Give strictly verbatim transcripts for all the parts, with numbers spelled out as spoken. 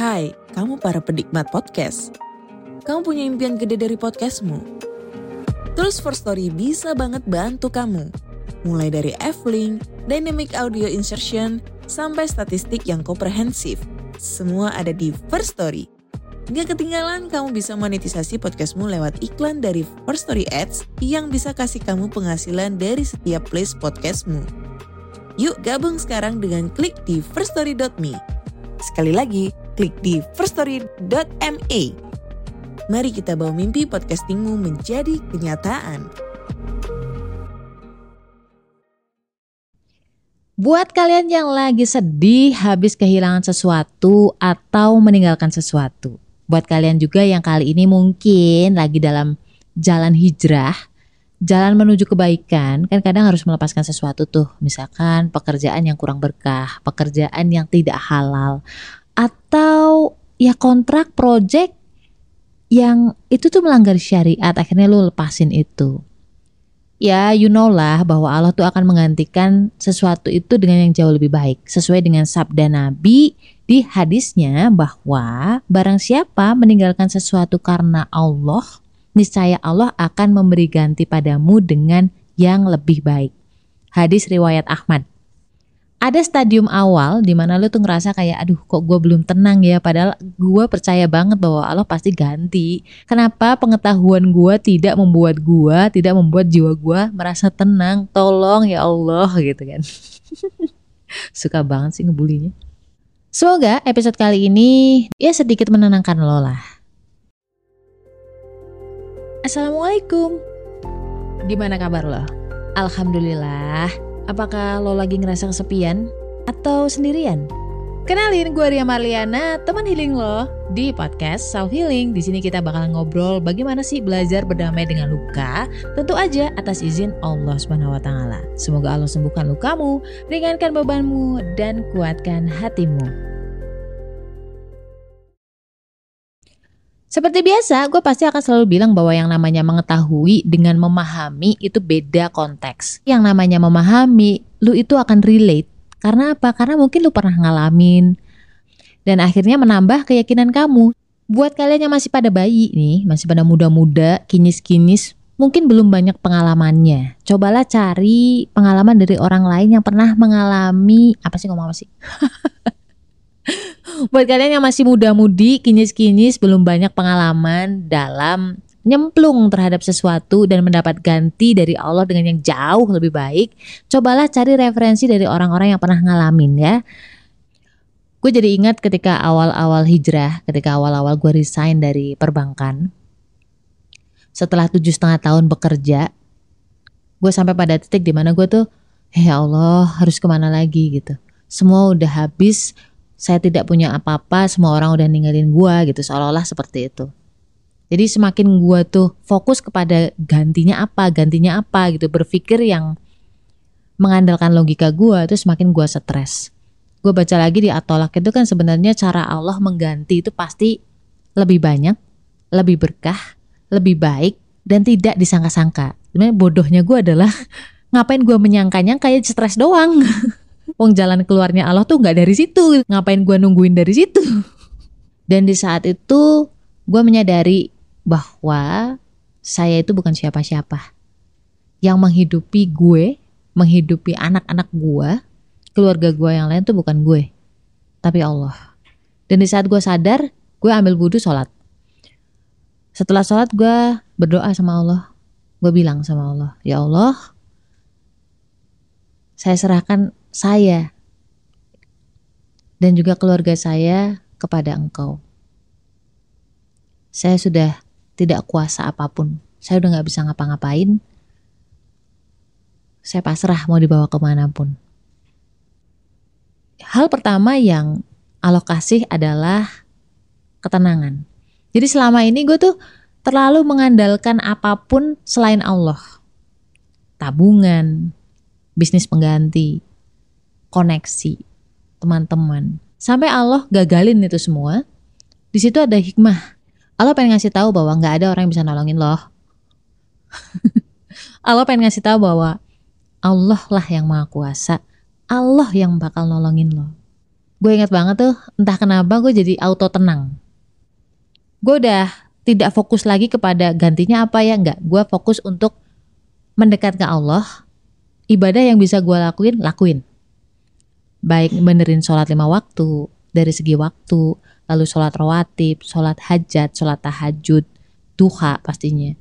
Hai, kamu para penikmat podcast. Kamu punya impian gede dari podcastmu? Terus First Story bisa banget bantu kamu. Mulai dari F-Link, Dynamic Audio Insertion, sampai statistik yang komprehensif. Semua ada di First Story. Gak ketinggalan kamu bisa monetisasi podcastmu lewat iklan dari First Story Ads yang bisa kasih kamu penghasilan dari setiap place podcastmu. Yuk gabung sekarang dengan klik di first story dot me. Sekali lagi, klik di first story dot me. Mari kita bawa mimpi podcastingmu menjadi kenyataan. Buat kalian yang lagi sedih habis kehilangan sesuatu atau meninggalkan sesuatu. Buat kalian juga yang kali ini mungkin lagi dalam jalan hijrah, jalan menuju kebaikan, kan kadang harus melepaskan sesuatu tuh. Misalkan pekerjaan yang kurang berkah, pekerjaan yang tidak halal, atau ya kontrak project yang itu tuh melanggar syariat, akhirnya lu lepasin itu. Ya you know lah bahwa Allah tuh akan menggantikan sesuatu itu dengan yang jauh lebih baik. Sesuai dengan sabda Nabi di hadisnya bahwa barang siapa meninggalkan sesuatu karena Allah, niscaya Allah akan memberi ganti padamu dengan yang lebih baik. Hadis riwayat Ahmad. Ada stadium awal di mana lu tuh ngerasa kayak aduh kok gue belum tenang ya, padahal gue percaya banget bahwa Allah pasti ganti. Kenapa pengetahuan gue tidak membuat gue, tidak membuat jiwa gue merasa tenang? Tolong ya Allah gitu kan. Suka banget sih ngebulinya. Semoga episode kali ini ya sedikit menenangkan lo lah. Assalamualaikum. Gimana kabar lo? Alhamdulillah. Apakah lo lagi ngerasa kesepian atau sendirian? Kenalin, gue Ria Marliana, teman healing lo di podcast Self Healing. Di sini kita bakal ngobrol bagaimana sih belajar berdamai dengan luka, tentu aja atas izin Allah Subhanahu wa taala. Semoga Allah sembuhkan lukamu, ringankan bebanmu dan kuatkan hatimu. Seperti biasa, gue pasti akan selalu bilang bahwa yang namanya mengetahui dengan memahami itu beda konteks. Yang namanya memahami, lu itu akan relate. Karena apa? Karena mungkin lu pernah ngalamin. Dan akhirnya menambah keyakinan kamu. Buat kalian yang masih pada bayi nih, masih pada muda-muda, kinis-kinis, mungkin belum banyak pengalamannya. Cobalah cari pengalaman dari orang lain yang pernah mengalami, apa sih ngomong apa sih? Buat kalian yang masih muda-mudi, kinyis-kinyis, belum banyak pengalaman dalam nyemplung terhadap sesuatu dan mendapat ganti dari Allah dengan yang jauh lebih baik, cobalah cari referensi dari orang-orang yang pernah ngalamin ya. Gue jadi ingat ketika awal-awal hijrah, ketika awal-awal gue resign dari perbankan, setelah tujuh setengah tahun bekerja, gue sampai pada titik dimana gue tuh, ya Allah harus kemana lagi gitu. Semua udah habis, saya tidak punya apa-apa, semua orang udah ninggalin gue gitu, seolah-olah seperti itu. Jadi semakin gue tuh fokus kepada gantinya apa, gantinya apa gitu, berpikir yang mengandalkan logika gue, itu semakin gue stres. Gue baca lagi di At-Tolaq itu kan sebenarnya cara Allah mengganti itu pasti lebih banyak, lebih berkah, lebih baik, dan tidak disangka-sangka. Sebenarnya bodohnya gue adalah ngapain gue menyangkanya kayak stres doang. Wong jalan keluarnya Allah tuh gak dari situ. Ngapain gue nungguin dari situ? Dan di saat itu gue menyadari bahwa saya itu bukan siapa-siapa. Yang menghidupi gue, menghidupi anak-anak gue, keluarga gue yang lain tuh bukan gue, tapi Allah. Dan di saat gue sadar, gue ambil wudu sholat. Setelah sholat gue berdoa sama Allah. Gue bilang sama Allah, ya Allah, saya serahkan saya dan juga keluarga saya kepada Engkau. Saya sudah tidak kuasa apapun. Saya udah gak bisa ngapa-ngapain. Saya pasrah mau dibawa kemanapun. Hal pertama yang Allah kasih adalah ketenangan. Jadi selama ini gue tuh terlalu mengandalkan apapun selain Allah. Tabungan, bisnis pengganti, koneksi, teman-teman. Sampai Allah gagalin itu semua. Di situ ada hikmah. Allah pengen ngasih tahu bahwa nggak ada orang yang bisa nolongin loh. Allah pengen ngasih tahu bahwa Allah lah yang maha kuasa. Allah yang bakal nolongin lo. Gue ingat banget tuh, entah kenapa gue jadi auto tenang. Gue udah tidak fokus lagi kepada gantinya apa ya, enggak. Gue fokus untuk mendekat ke Allah. Ibadah yang bisa gue lakuin, lakuin. Baik benerin sholat lima waktu, dari segi waktu, lalu sholat rawatib, sholat hajat, sholat tahajud, duha pastinya.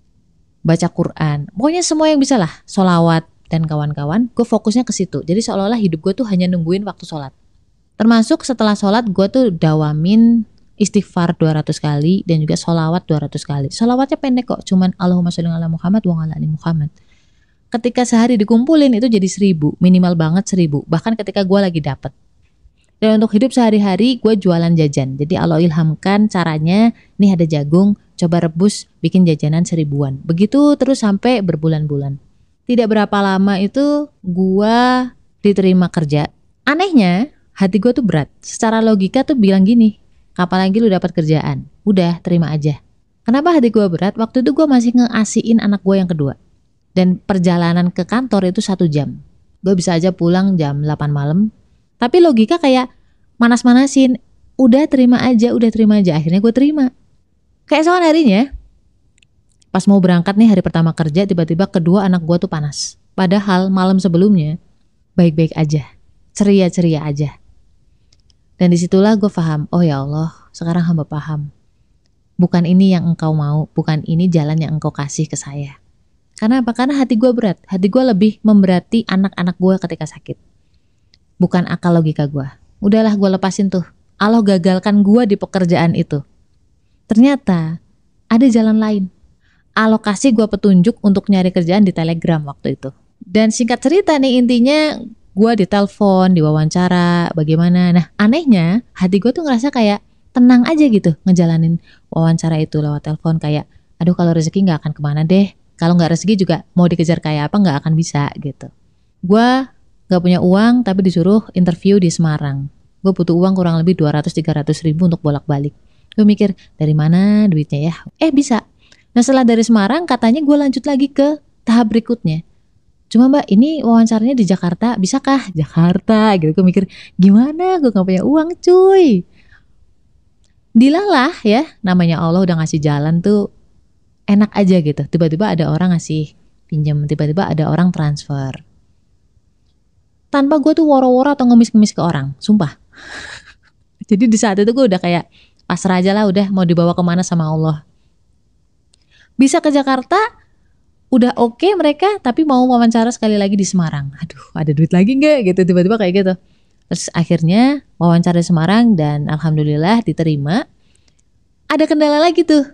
Baca Quran, pokoknya semua yang bisa lah, sholawat dan kawan-kawan, gue fokusnya ke situ. Jadi seolah-olah hidup gue tuh hanya nungguin waktu sholat. Termasuk setelah sholat gue tuh dawamin istighfar dua ratus kali dan juga sholawat dua ratus kali. Sholawatnya pendek kok, cuman Allahumma sholli ala Muhammad wa ala ali Muhammad. Ketika sehari dikumpulin itu jadi seribu, minimal banget seribu. Bahkan ketika gue lagi dapet. Dan untuk hidup sehari-hari gue jualan jajan. Jadi Allah ilhamkan caranya, nih ada jagung, coba rebus, bikin jajanan seribuan. Begitu terus sampai berbulan-bulan. Tidak berapa lama itu gue diterima kerja. Anehnya hati gue tuh berat. Secara logika tuh bilang gini, kapan lagi lu dapat kerjaan? Udah terima aja. Kenapa hati gue berat? Waktu itu gue masih ngeasiin anak gue yang kedua. Dan perjalanan ke kantor itu satu jam. Gue bisa aja pulang jam delapan malam. Tapi logika kayak manas-manasin. Udah terima aja, udah terima aja. Akhirnya gue terima. Keesokan harinya, pas mau berangkat nih hari pertama kerja, tiba-tiba kedua anak gue tuh panas. Padahal malam sebelumnya baik-baik aja, ceria-ceria aja. Dan disitulah gue paham, oh ya Allah, sekarang hamba paham. Bukan ini yang engkau mau, bukan ini jalan yang engkau kasih ke saya. Karena apa? Karena hati gue berat. Hati gue lebih memberati anak-anak gue ketika sakit. Bukan akal logika gue. Udahlah gue lepasin tuh. Allah gagalkan gue di pekerjaan itu. Ternyata ada jalan lain. Allah kasih gue petunjuk untuk nyari kerjaan di Telegram waktu itu. Dan singkat cerita nih intinya gue ditelepon, diwawancara, bagaimana. Nah anehnya hati gue tuh ngerasa kayak tenang aja gitu ngejalanin wawancara itu lewat telepon. Kayak aduh kalau rezeki gak akan kemana deh. Kalau gak rezeki juga mau dikejar kayak apa gak akan bisa gitu. Gue gak punya uang tapi disuruh interview di Semarang. Gue butuh uang kurang lebih dua ratus sampai tiga ratus ribu untuk bolak-balik. Gue mikir dari mana duitnya ya. Eh bisa. Nah setelah dari Semarang katanya gue lanjut lagi ke tahap berikutnya. Cuma mbak ini wawancaranya di Jakarta. Bisakah? Jakarta gitu. Gue mikir gimana gue gak punya uang cuy. Dilalah ya. Namanya Allah udah ngasih jalan tuh. Enak aja gitu. Tiba-tiba ada orang ngasih pinjam. Tiba-tiba ada orang transfer. Tanpa gue tuh woro-woro atau ngemis-ngemis ke orang. Sumpah. Jadi di saat itu gue udah kayak pasrah aja lah, udah mau dibawa kemana sama Allah. Bisa ke Jakarta, udah oke okay mereka, tapi mau wawancara sekali lagi di Semarang. Aduh, ada duit lagi nggak? Gitu tiba-tiba kayak gitu. Terus akhirnya wawancara di Semarang dan alhamdulillah diterima. Ada kendala lagi tuh.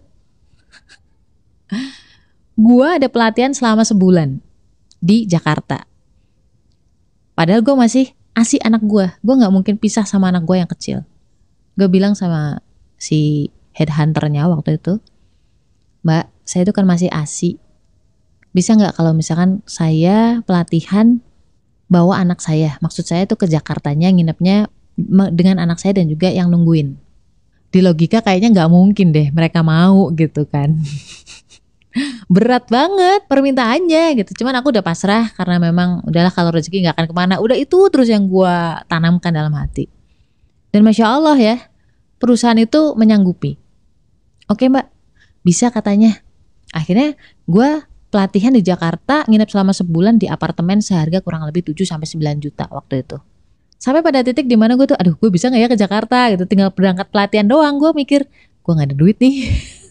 Gua ada pelatihan selama sebulan di Jakarta. Padahal gue masih asih anak gue. Gue nggak mungkin pisah sama anak gue yang kecil. Gue bilang sama si headhunternya waktu itu, Mbak, saya itu kan masih asi. Bisa nggak kalau misalkan saya pelatihan bawa anak saya? Maksud saya itu ke Jakartanya, nginepnya dengan anak saya dan juga yang nungguin. Di logika kayaknya nggak mungkin deh mereka mau gitu kan. Berat banget permintaannya gitu. Cuman aku udah pasrah karena memang udahlah kalau rezeki nggak akan kemana. Udah itu terus yang gue tanamkan dalam hati. Dan Masya Allah ya, perusahaan itu menyanggupi. Oke mbak, bisa katanya. Akhirnya gue pelatihan di Jakarta, nginep selama sebulan di apartemen seharga kurang lebih tujuh sampai sembilan juta waktu itu. Sampai pada titik dimana gue tuh, aduh gue bisa gak ya ke Jakarta gitu. Tinggal berangkat pelatihan doang. Gue mikir, gue gak ada duit nih.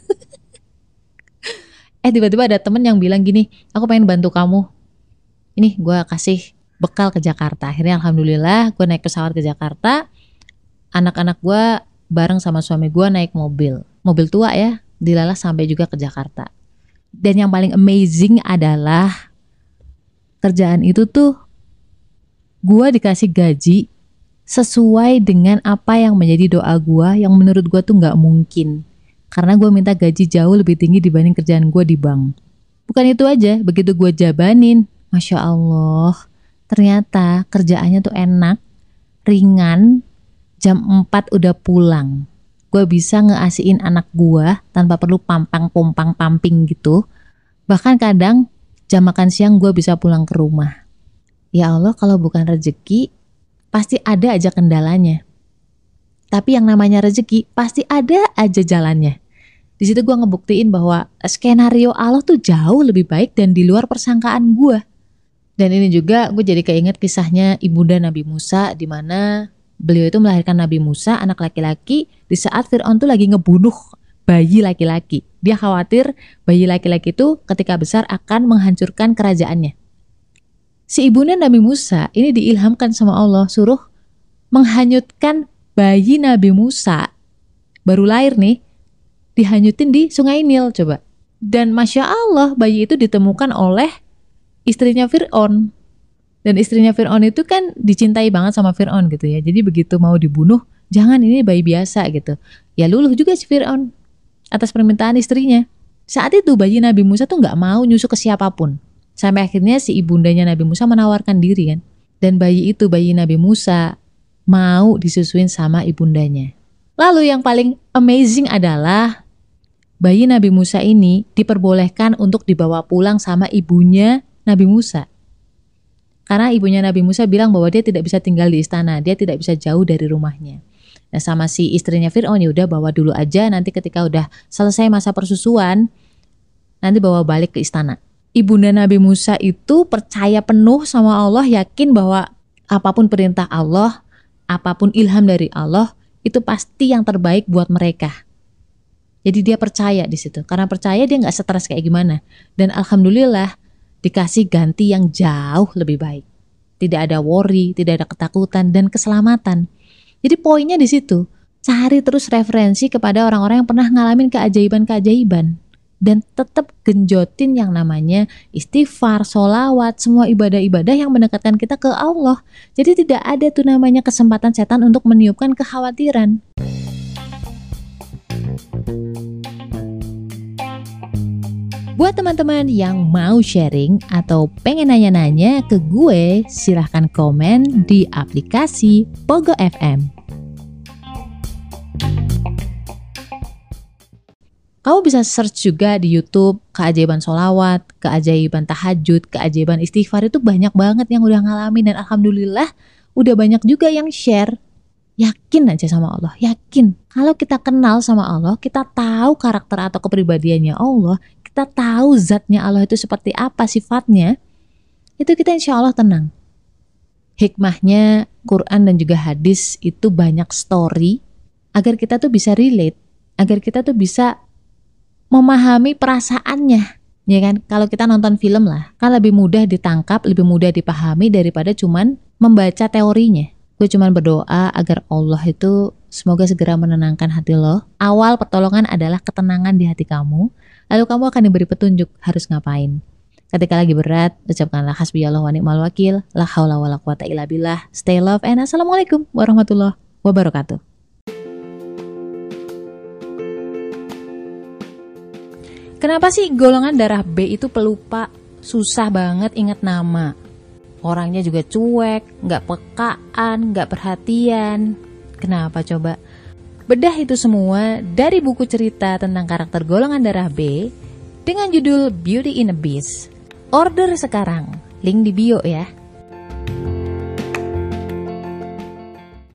Eh tiba-tiba ada temen yang bilang gini, aku pengen bantu kamu. Ini gue kasih bekal ke Jakarta. Akhirnya alhamdulillah gue naik pesawat ke Jakarta. Anak-anak gue bareng sama suami gue naik mobil. Mobil tua ya, dilalah sampai juga ke Jakarta. Dan yang paling amazing adalah kerjaan itu tuh gue dikasih gaji sesuai dengan apa yang menjadi doa gue, yang menurut gue tuh gak mungkin. Karena gue minta gaji jauh lebih tinggi dibanding kerjaan gue di bank. Bukan itu aja, begitu gue jabanin, Masya Allah, ternyata kerjaannya tuh enak, ringan, jam empat udah pulang. Gue bisa ngeasiin anak gue tanpa perlu pampang-pompang-pamping gitu. Bahkan kadang jam makan siang gue bisa pulang ke rumah. Ya Allah, kalau bukan rezeki, pasti ada aja kendalanya. Tapi yang namanya rezeki pasti ada aja jalannya. Di situ gue ngebuktiin bahwa skenario Allah tuh jauh lebih baik dan di luar persangkaan gue. Dan ini juga gue jadi keinget kisahnya ibunda Nabi Musa, di mana beliau itu melahirkan Nabi Musa, anak laki-laki, di saat Fir'aun tuh lagi ngebunuh bayi laki-laki. Dia khawatir bayi laki-laki itu ketika besar akan menghancurkan kerajaannya. Si ibunda Nabi Musa ini diilhamkan sama Allah suruh menghanyutkan bayi Nabi Musa. Baru lahir nih, dihanyutin di sungai Nil coba. Dan Masya Allah bayi itu ditemukan oleh istrinya Fir'aun. Dan istrinya Fir'aun itu kan dicintai banget sama Fir'aun gitu ya. Jadi begitu mau dibunuh, jangan ini bayi biasa gitu. Ya luluh juga si Fir'aun atas permintaan istrinya. Saat itu bayi Nabi Musa tuh gak mau nyusu ke siapapun. Sampai akhirnya si ibundanya Nabi Musa menawarkan diri kan. Dan bayi itu, bayi Nabi Musa, mau disusuin sama ibundanya. Lalu yang paling amazing adalah bayi Nabi Musa ini diperbolehkan untuk dibawa pulang sama ibunya Nabi Musa. Karena ibunya Nabi Musa bilang bahwa dia tidak bisa tinggal di istana, dia tidak bisa jauh dari rumahnya. Nah sama si istrinya Fir'aun, ya udah bawa dulu aja, nanti ketika udah selesai masa persusuan, nanti bawa balik ke istana. Ibunda Nabi Musa itu percaya penuh sama Allah, yakin bahwa apapun perintah Allah, apapun ilham dari Allah, itu pasti yang terbaik buat mereka. Jadi dia percaya di situ. Karena percaya dia nggak stres kayak gimana. Dan alhamdulillah dikasih ganti yang jauh lebih baik. Tidak ada worry, tidak ada ketakutan dan keselamatan. Jadi poinnya di situ. Cari terus referensi kepada orang-orang yang pernah ngalamin keajaiban-keajaiban. Dan tetap genjotin yang namanya istighfar, sholawat, semua ibadah-ibadah yang mendekatkan kita ke Allah. Jadi tidak ada tuh namanya kesempatan setan untuk meniupkan kekhawatiran. Buat teman-teman yang mau sharing atau pengen nanya-nanya ke gue, silahkan komen di aplikasi Pogo F M. Kamu bisa search juga di YouTube keajaiban sholawat, keajaiban tahajud, keajaiban istighfar, itu banyak banget yang udah ngalamin dan alhamdulillah udah banyak juga yang share. Yakin aja sama Allah, yakin. Kalau kita kenal sama Allah, kita tahu karakter atau kepribadiannya Allah, kita tahu zatnya Allah itu seperti apa sifatnya, itu kita insya Allah tenang. Hikmahnya Quran dan juga hadis itu banyak story agar kita tuh bisa relate, agar kita tuh bisa memahami perasaannya, ya kan? Kalau kita nonton film lah, kan lebih mudah ditangkap, lebih mudah dipahami daripada cuman membaca teorinya. Gue cuman berdoa agar Allah itu semoga segera menenangkan hati lo. Awal pertolongan adalah ketenangan di hati kamu, lalu kamu akan diberi petunjuk harus ngapain. Ketika lagi berat, ucapkanlah hasbiyallah wa ni'mal wakil, la haula wala quwata illa billah. Stay love and assalamualaikum warahmatullahi wabarakatuh. Kenapa sih golongan darah B itu pelupa, susah banget ingat nama? Orangnya juga cuek, gak pekaan, gak perhatian. Kenapa coba? Bedah itu semua dari buku cerita tentang karakter golongan darah B dengan judul Beauty in a Beast. Order sekarang, link di bio ya.